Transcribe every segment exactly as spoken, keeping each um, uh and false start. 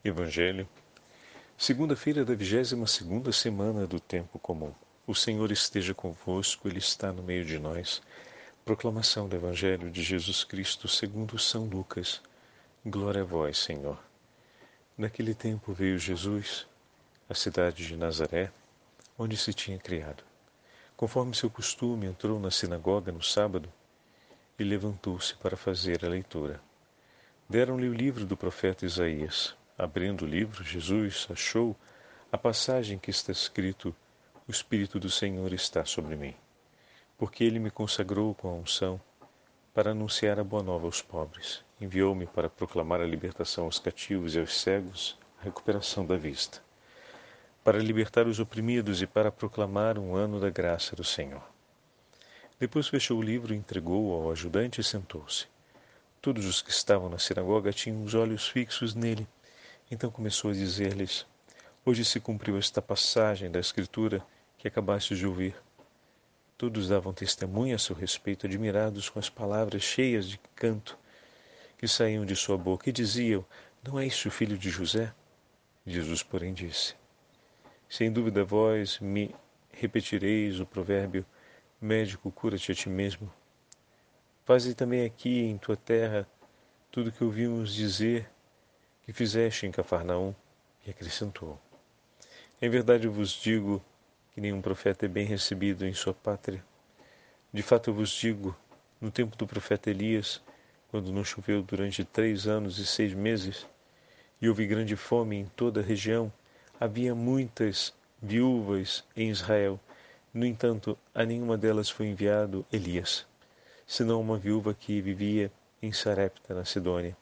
Evangelho, segunda-feira da vigésima segunda semana do tempo comum. O Senhor esteja convosco, Ele está no meio de nós. Proclamação do Evangelho de Jesus Cristo segundo São Lucas. Glória a vós, Senhor. Naquele tempo veio Jesus à cidade de Nazaré, onde se tinha criado. Conforme seu costume, entrou na sinagoga no sábado e levantou-se para fazer a leitura. Deram-lhe o livro do profeta Isaías. Abrindo o livro, Jesus achou a passagem que está escrito: O Espírito do Senhor está sobre mim, porque Ele me consagrou com a unção para anunciar a boa nova aos pobres. Enviou-me para proclamar a libertação aos cativos e aos cegos, a recuperação da vista, para libertar os oprimidos e para proclamar um ano da graça do Senhor. Depois fechou o livro, entregou-o ao ajudante e sentou-se. Todos os que estavam na sinagoga tinham os olhos fixos nele. Então começou a dizer-lhes: Hoje se cumpriu esta passagem da Escritura que acabaste de ouvir. Todos davam testemunho a seu respeito, admirados com as palavras cheias de canto que saíam de sua boca, e diziam: Não é este o filho de José? Jesus, porém, disse: Sem dúvida vós me repetireis o provérbio: Médico, cura-te a ti mesmo. Faze também aqui em tua terra tudo o que ouvimos dizer que fizeste em Cafarnaum. E acrescentou: Em verdade eu vos digo que nenhum profeta é bem recebido em sua pátria. De fato eu vos digo, no tempo do profeta Elias, quando não choveu durante três anos e seis meses, e houve grande fome em toda a região, havia muitas viúvas em Israel. No entanto, a nenhuma delas foi enviado Elias, senão uma viúva que vivia em Sarepta, na Sidônia.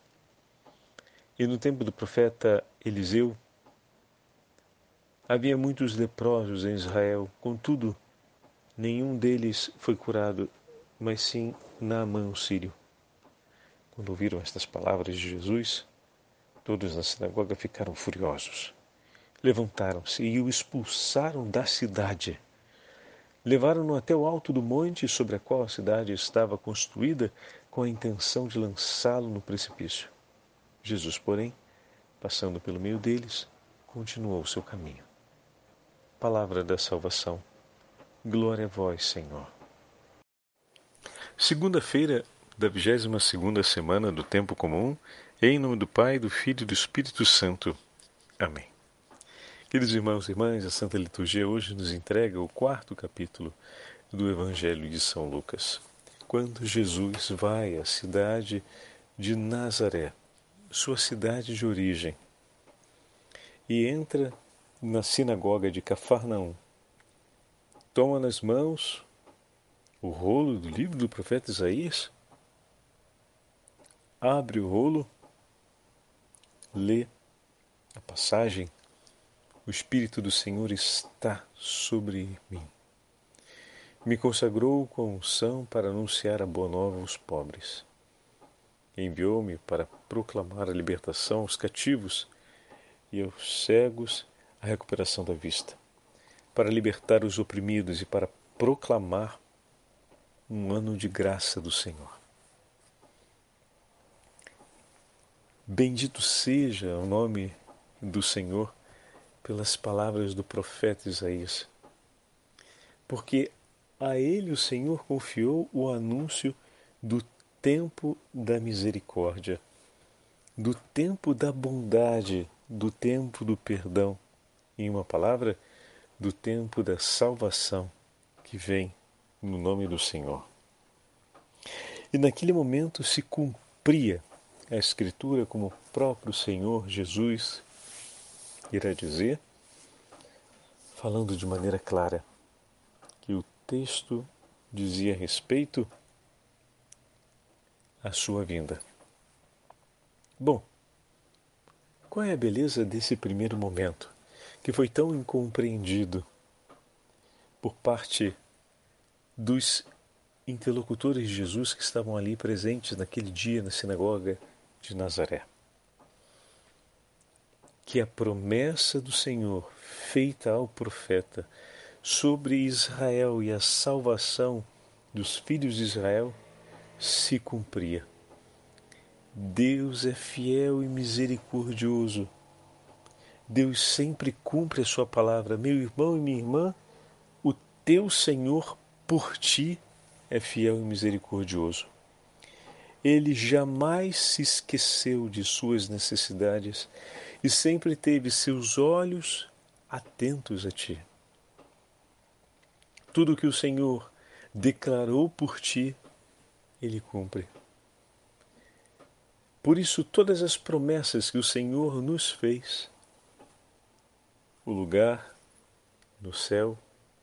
E no tempo do profeta Eliseu, havia muitos leprosos em Israel, contudo, nenhum deles foi curado, mas sim Naamã, o sírio. Quando ouviram estas palavras de Jesus, todos na sinagoga ficaram furiosos. Levantaram-se e o expulsaram da cidade. Levaram-no até o alto do monte sobre a qual a cidade estava construída, com a intenção de lançá-lo no precipício. Jesus, porém, passando pelo meio deles, continuou o seu caminho. Palavra da salvação. Glória a vós, Senhor. Segunda-feira da vigésima segunda semana do tempo comum, em nome do Pai, do Filho e do Espírito Santo. Amém. Queridos irmãos e irmãs, a Santa Liturgia hoje nos entrega o quarto capítulo do Evangelho de São Lucas, quando Jesus vai à cidade de Nazaré, sua cidade de origem, e entra na sinagoga de Cafarnaum. Toma nas mãos o rolo do livro do profeta Isaías, abre o rolo, lê a passagem: O Espírito do Senhor está sobre mim. Me consagrou com a unção para anunciar a boa nova aos pobres. Enviou-me para proclamar a libertação aos cativos e aos cegos a recuperação da vista, para libertar os oprimidos e para proclamar um ano de graça do Senhor. Bendito seja o nome do Senhor pelas palavras do profeta Isaías, porque a ele o Senhor confiou o anúncio do tempo da misericórdia, do tempo da bondade, do tempo do perdão, em uma palavra, do tempo da salvação que vem no nome do Senhor. E naquele momento se cumpria a Escritura, como o próprio Senhor Jesus irá dizer, falando de maneira clara, que o texto dizia respeito à sua vinda. Bom, qual é a beleza desse primeiro momento, que foi tão incompreendido por parte dos interlocutores de Jesus que estavam ali presentes naquele dia na sinagoga de Nazaré? Que a promessa do Senhor feita ao profeta sobre Israel e a salvação dos filhos de Israel se cumpria. Deus é fiel e misericordioso Deus sempre cumpre a sua palavra. Meu irmão e minha irmã, o teu Senhor por ti é fiel e misericordioso. Ele jamais se esqueceu de suas necessidades e sempre teve seus olhos atentos a ti. Tudo que o Senhor declarou por ti, Ele cumpre. Por isso, todas as promessas que o Senhor nos fez, o lugar no céu,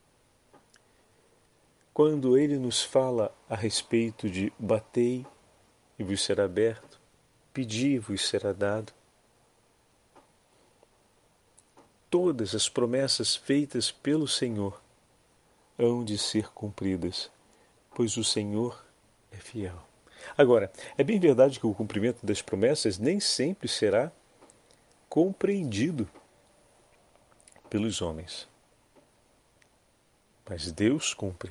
quando Ele nos fala a respeito de batei e vos será aberto, pedi e vos será dado, todas as promessas feitas pelo Senhor hão de ser cumpridas, pois o Senhor é fiel. Agora, é bem verdade que o cumprimento das promessas nem sempre será compreendido pelos homens. Mas Deus cumpre.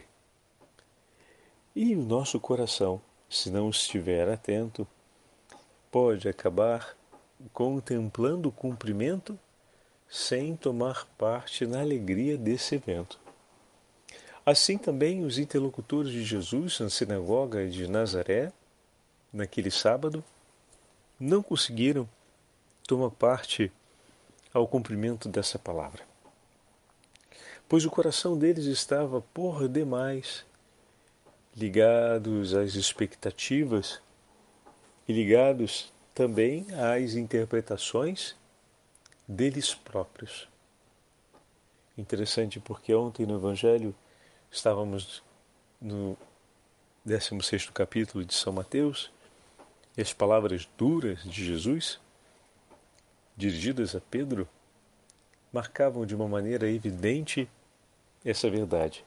E o nosso coração, se não estiver atento, pode acabar contemplando o cumprimento sem tomar parte na alegria desse evento. Assim também os interlocutores de Jesus na sinagoga de Nazaré, naquele sábado, não conseguiram tomar parte ao cumprimento dessa palavra, pois o coração deles estava por demais ligados às expectativas e ligados também às interpretações deles próprios. Interessante porque ontem no Evangelho estávamos no décimo sexto capítulo de São Mateus e as palavras duras de Jesus, dirigidas a Pedro, marcavam de uma maneira evidente essa verdade.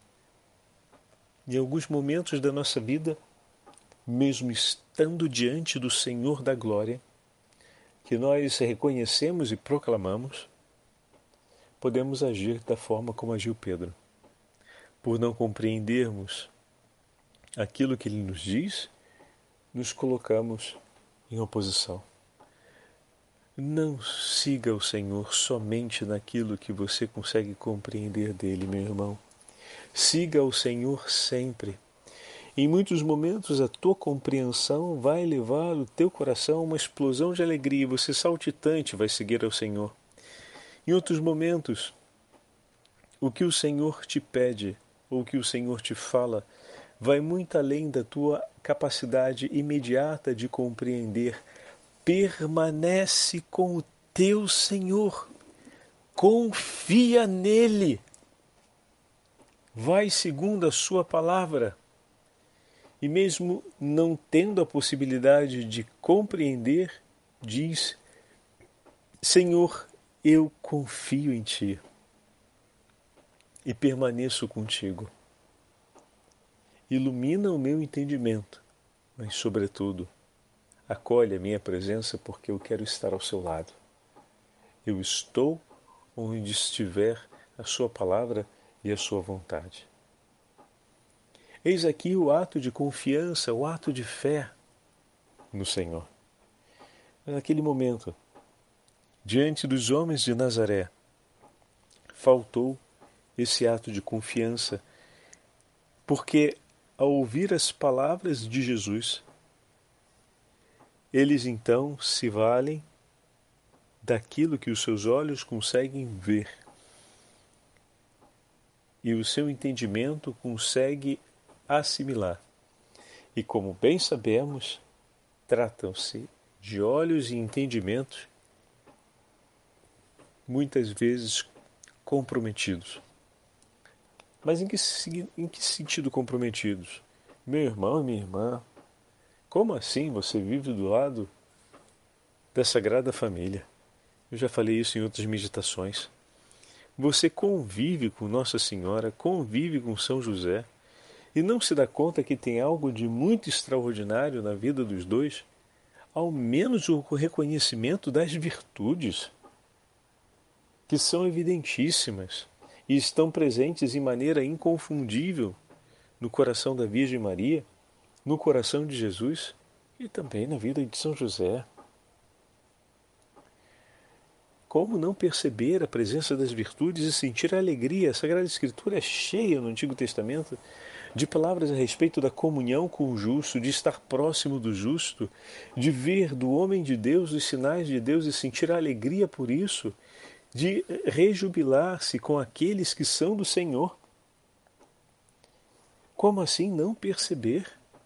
Em alguns momentos da nossa vida, mesmo estando diante do Senhor da Glória, que nós reconhecemos e proclamamos, podemos agir da forma como agiu Pedro. Por não compreendermos aquilo que ele nos diz, nos colocamos em oposição. Não siga o Senhor somente naquilo que você consegue compreender dele, meu irmão. Siga o Senhor sempre. Em muitos momentos a tua compreensão vai levar o teu coração a uma explosão de alegria e você saltitante vai seguir ao Senhor. Em outros momentos, o que o Senhor te pede ou o que o Senhor te fala vai muito além da tua capacidade imediata de compreender. Permanece com o teu Senhor. Confia nele. Vai segundo a sua palavra. E mesmo não tendo a possibilidade de compreender, diz: Senhor, eu confio em ti e permaneço contigo. Ilumina o meu entendimento, mas, sobretudo, acolhe a minha presença porque eu quero estar ao seu lado. Eu estou onde estiver a sua palavra e a sua vontade. Eis aqui o ato de confiança, o ato de fé no Senhor. Mas naquele momento, diante dos homens de Nazaré, faltou esse ato de confiança, porque ao ouvir as palavras de Jesus, eles então se valem daquilo que os seus olhos conseguem ver e o seu entendimento consegue assimilar. E como bem sabemos, tratam-se de olhos e entendimentos muitas vezes comprometidos. Mas em que, em que sentido comprometidos? Meu irmão e minha irmã, como assim você vive do lado da Sagrada Família? Eu já falei isso em outras meditações. Você convive com Nossa Senhora, convive com São José, e não se dá conta que tem algo de muito extraordinário na vida dos dois, ao menos o reconhecimento das virtudes, que são evidentíssimas e estão presentes em maneira inconfundível no coração da Virgem Maria, no coração de Jesus e também na vida de São José. Como não perceber a presença das virtudes e sentir a alegria? A Sagrada Escritura é cheia no Antigo Testamento de palavras a respeito da comunhão com o justo, de estar próximo do justo, de ver do homem de Deus os sinais de Deus e sentir a alegria por isso, de rejubilar-se com aqueles que são do Senhor. Como assim não perceber?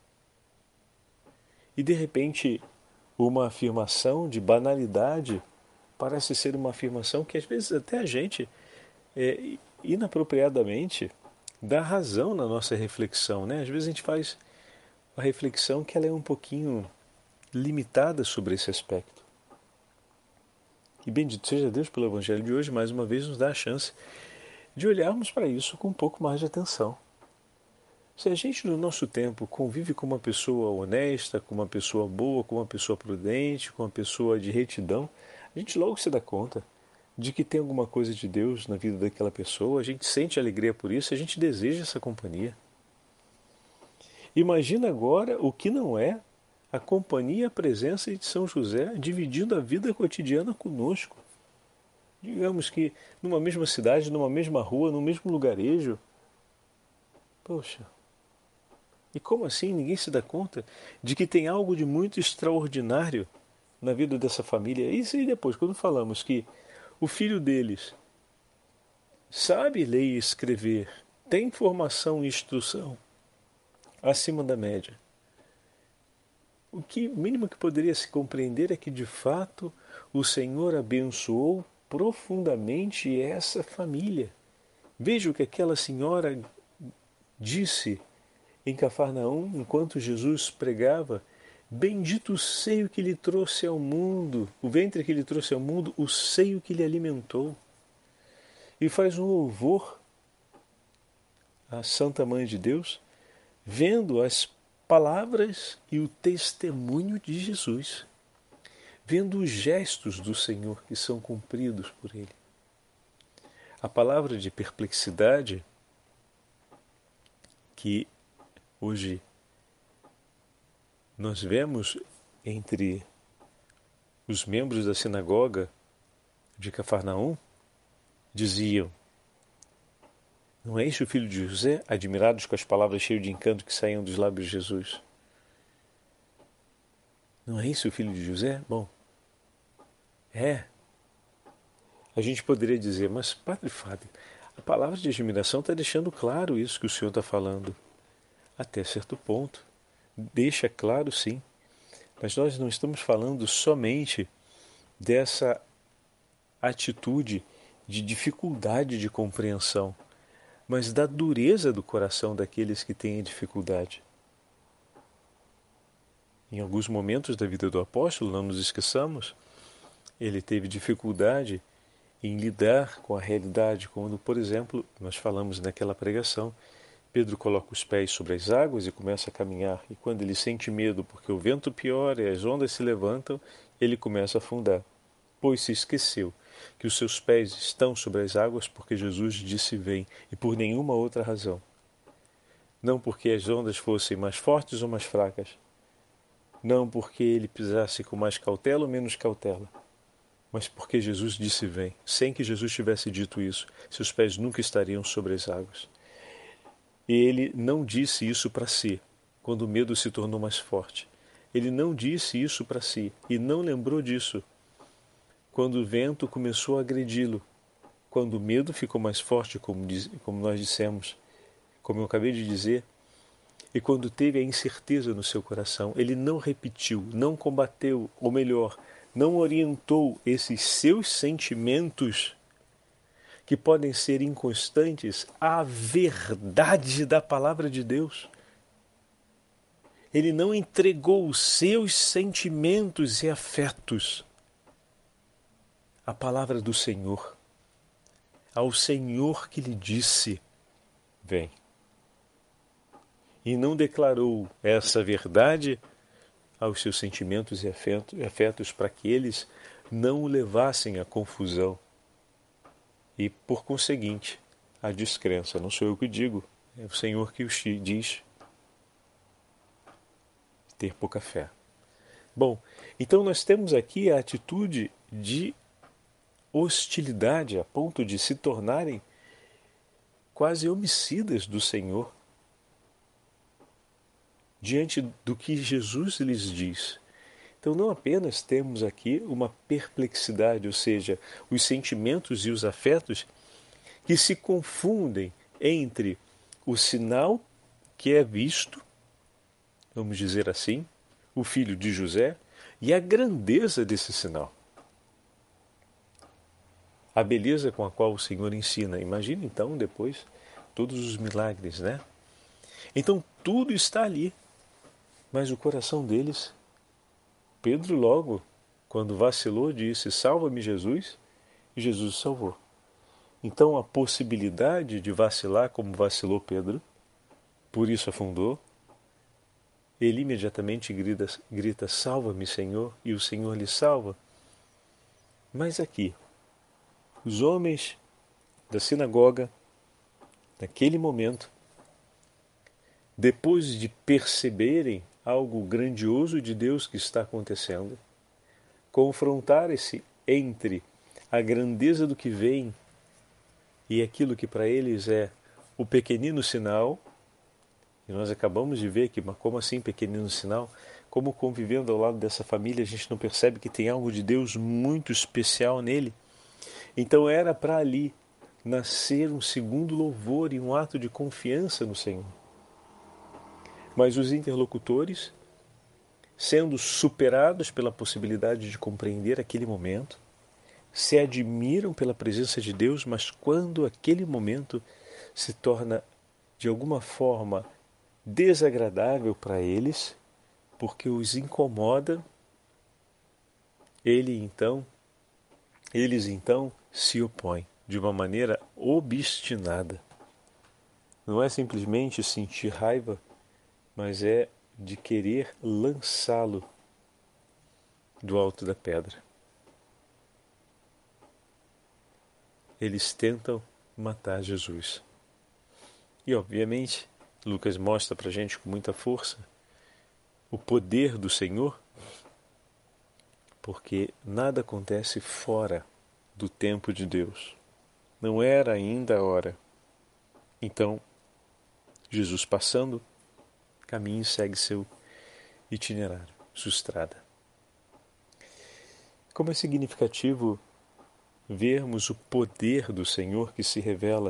E de repente, uma afirmação de banalidade parece ser uma afirmação que às vezes até a gente, é, inapropriadamente, dá razão na nossa reflexão, né? Às vezes a gente faz a reflexão que ela é um pouquinho limitada sobre esse aspecto. E bendito seja Deus pelo Evangelho de hoje, mais uma vez nos dá a chance de olharmos para isso com um pouco mais de atenção. Se a gente no nosso tempo convive com uma pessoa honesta, com uma pessoa boa, com uma pessoa prudente, com uma pessoa de retidão, a gente logo se dá conta de que tem alguma coisa de Deus na vida daquela pessoa, a gente sente alegria por isso, a gente deseja essa companhia. Imagina agora o que não é a companhia e a presença de São José dividindo a vida cotidiana conosco. Digamos que numa mesma cidade, numa mesma rua, num mesmo lugarejo. Poxa, e como assim ninguém se dá conta de que tem algo de muito extraordinário na vida dessa família? E se depois, quando falamos que o filho deles sabe ler e escrever, tem formação e instrução acima da média, o que mínimo que poderia se compreender é que de fato o Senhor abençoou profundamente essa família. Veja o que aquela senhora disse em Cafarnaum, enquanto Jesus pregava: bendito o seio que lhe trouxe ao mundo, o ventre que lhe trouxe ao mundo, o seio que lhe alimentou. E faz um louvor à Santa Mãe de Deus, vendo as palavras e o testemunho de Jesus, vendo os gestos do Senhor que são cumpridos por Ele. A palavra de perplexidade que hoje nós vemos entre os membros da sinagoga de Cafarnaum diziam: não é este o filho de José? Admirados com as palavras cheias de encanto que saíam dos lábios de Jesus. Não é isso o filho de José? Bom, é. A gente poderia dizer, mas Padre Fábio, a palavra de admiração está deixando claro isso que o senhor está falando. Até certo ponto. Deixa claro, sim. Mas nós não estamos falando somente dessa atitude de dificuldade de compreensão, mas da dureza do coração daqueles que têm dificuldade. Em alguns momentos da vida do apóstolo, não nos esqueçamos, ele teve dificuldade em lidar com a realidade, quando, por exemplo, nós falamos naquela pregação, Pedro coloca os pés sobre as águas e começa a caminhar, e quando ele sente medo porque o vento piora e as ondas se levantam, ele começa a afundar, pois se esqueceu que os seus pés estão sobre as águas porque Jesus disse vem, e por nenhuma outra razão. Não porque as ondas fossem mais fortes ou mais fracas, não porque ele pisasse com mais cautela ou menos cautela, mas porque Jesus disse vem. Sem que Jesus tivesse dito isso, seus pés nunca estariam sobre as águas. E ele não disse isso para si, quando o medo se tornou mais forte. Ele não disse isso para si e não lembrou disso quando o vento começou a agredi-lo, quando o medo ficou mais forte, como, diz, como nós dissemos, como eu acabei de dizer, e quando teve a incerteza no seu coração, ele não repetiu, não combateu, ou melhor, não orientou esses seus sentimentos que podem ser inconstantes à verdade da palavra de Deus. Ele não entregou os seus sentimentos e afetos à palavra do Senhor, ao Senhor que lhe disse, vem. E não declarou essa verdade aos seus sentimentos e afetos para que eles não o levassem à confusão e, por conseguinte, à descrença. Não sou eu que digo, é o Senhor que os diz. Ter pouca fé. Bom, então nós temos aqui a atitude de hostilidade a ponto de se tornarem quase homicidas do Senhor diante do que Jesus lhes diz. Então não apenas temos aqui uma perplexidade, ou seja, os sentimentos e os afetos que se confundem entre o sinal que é visto, vamos dizer assim, o filho de José, e a grandeza desse sinal. A beleza com a qual o Senhor ensina. Imagina então depois todos os milagres, né? Então tudo está ali, mas o coração deles, Pedro logo, quando vacilou, disse: salva-me, Jesus, e Jesus o salvou. Então a possibilidade de vacilar como vacilou Pedro, por isso afundou, ele imediatamente grita, grita salva-me, Senhor, e o Senhor lhe salva. Mas aqui, os homens da sinagoga, naquele momento, depois de perceberem algo grandioso de Deus que está acontecendo, confrontarem-se entre a grandeza do que vem e aquilo que para eles é o pequenino sinal, e nós acabamos de ver que, mas como assim pequenino sinal? Como convivendo ao lado dessa família a gente não percebe que tem algo de Deus muito especial nele? Então era para ali nascer um segundo louvor e um ato de confiança no Senhor. Mas os interlocutores, sendo superados pela possibilidade de compreender aquele momento, se admiram pela presença de Deus, mas quando aquele momento se torna de alguma forma desagradável para eles, porque os incomoda, ele então, eles então se opõem de uma maneira obstinada. Não é simplesmente sentir raiva, mas é de querer lançá-lo do alto da pedra. Eles tentam matar Jesus. E, obviamente, Lucas mostra para a gente com muita força o poder do Senhor, porque nada acontece fora do tempo de Deus. Não era ainda a hora. Então, Jesus passando, caminha e segue seu itinerário, sua estrada. Como é significativo vermos o poder do Senhor que se revela.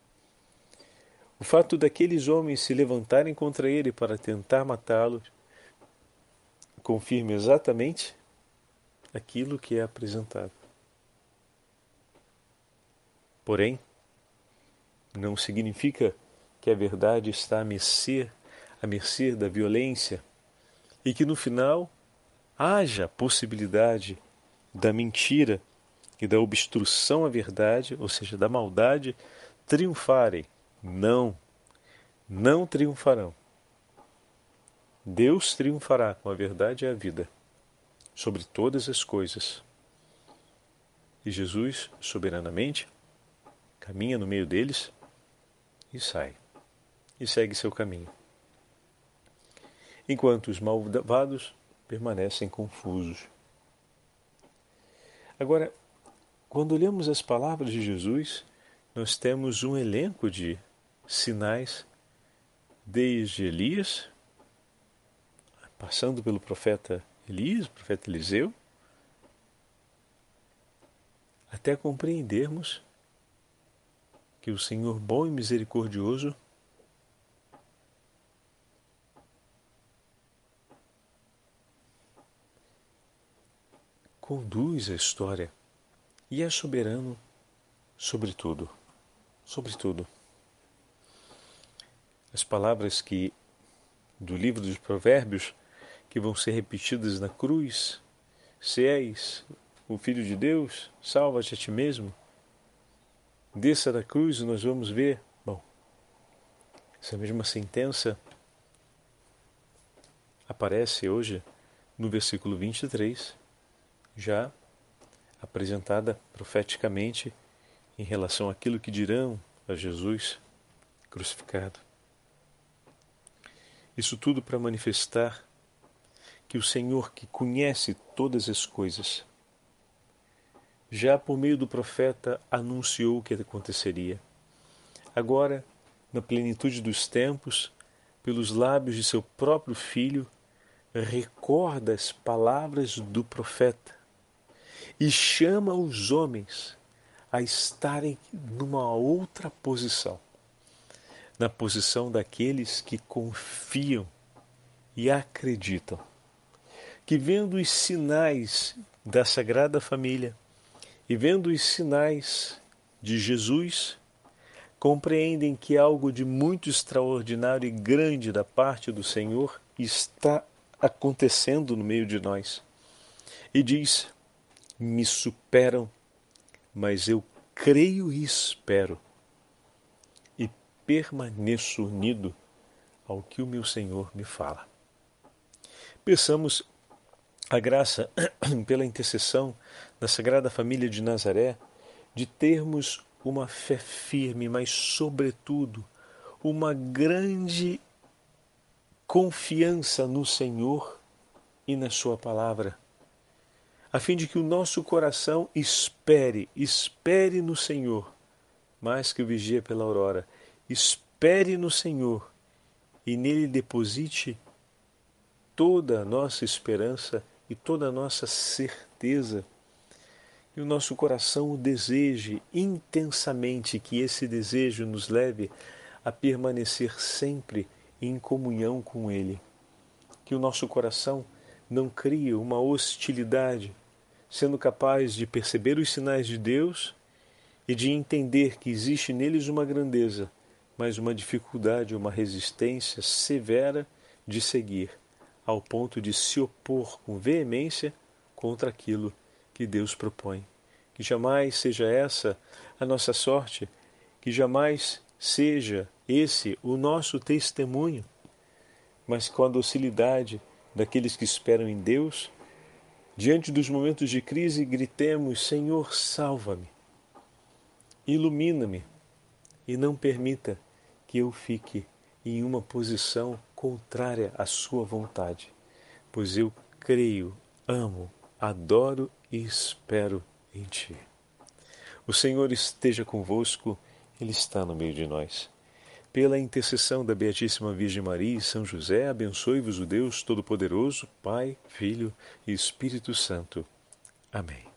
O fato daqueles homens se levantarem contra ele para tentar matá-lo confirma exatamente aquilo que é apresentado. Porém, não significa que a verdade está à mercê, à mercê da violência e que no final haja possibilidade da mentira e da obstrução à verdade, ou seja, da maldade, triunfarem. Não, não triunfarão. Deus triunfará com a verdade e a vida sobre todas as coisas. E Jesus, soberanamente, caminha no meio deles e sai, e segue seu caminho. Enquanto os malvados permanecem confusos. Agora, quando olhamos as palavras de Jesus, nós temos um elenco de sinais, desde Elias, passando pelo profeta Elias, profeta Eliseu, até compreendermos que o Senhor bom e misericordioso conduz a história e é soberano sobre tudo, sobre tudo. As palavras que do livro dos Provérbios que vão ser repetidas na cruz, se és o Filho de Deus, salva-te a ti mesmo. Desça da cruz e nós vamos ver, bom, essa mesma sentença aparece hoje no versículo vinte e três, já apresentada profeticamente em relação àquilo que dirão a Jesus crucificado. Isso tudo para manifestar que o Senhor, que conhece todas as coisas, já por meio do profeta anunciou o que aconteceria. Agora, na plenitude dos tempos, pelos lábios de seu próprio Filho, recorda as palavras do profeta e chama os homens a estarem numa outra posição, na posição daqueles que confiam e acreditam, que vendo os sinais da Sagrada Família e vendo os sinais de Jesus, compreendem que algo de muito extraordinário e grande da parte do Senhor está acontecendo no meio de nós. E diz: me superam, mas eu creio e espero, e permaneço unido ao que o meu Senhor me fala. Peçamos a graça, pela intercessão da Sagrada Família de Nazaré, de termos uma fé firme, mas, sobretudo, uma grande confiança no Senhor e na Sua Palavra, a fim de que o nosso coração espere, espere no Senhor, mais que o vigia pela aurora, espere no Senhor e nele deposite toda a nossa esperança e toda a nossa certeza. E o nosso coração o deseje intensamente, que esse desejo nos leve a permanecer sempre em comunhão com Ele. Que o nosso coração não crie uma hostilidade, sendo capaz de perceber os sinais de Deus e de entender que existe neles uma grandeza, mas uma dificuldade, uma resistência severa de seguir, ao ponto de se opor com veemência contra aquilo que Deus propõe. Que jamais seja essa a nossa sorte, que jamais seja esse o nosso testemunho, mas com a docilidade daqueles que esperam em Deus, diante dos momentos de crise, gritemos: Senhor, salva-me, ilumina-me e não permita que eu fique em uma posição contrária à sua vontade, pois eu creio, amo, adoro e espero em Ti. O Senhor esteja convosco, Ele está no meio de nós. Pela intercessão da Beatíssima Virgem Maria e São José, abençoe-vos o Deus Todo-Poderoso, Pai, Filho e Espírito Santo. Amém.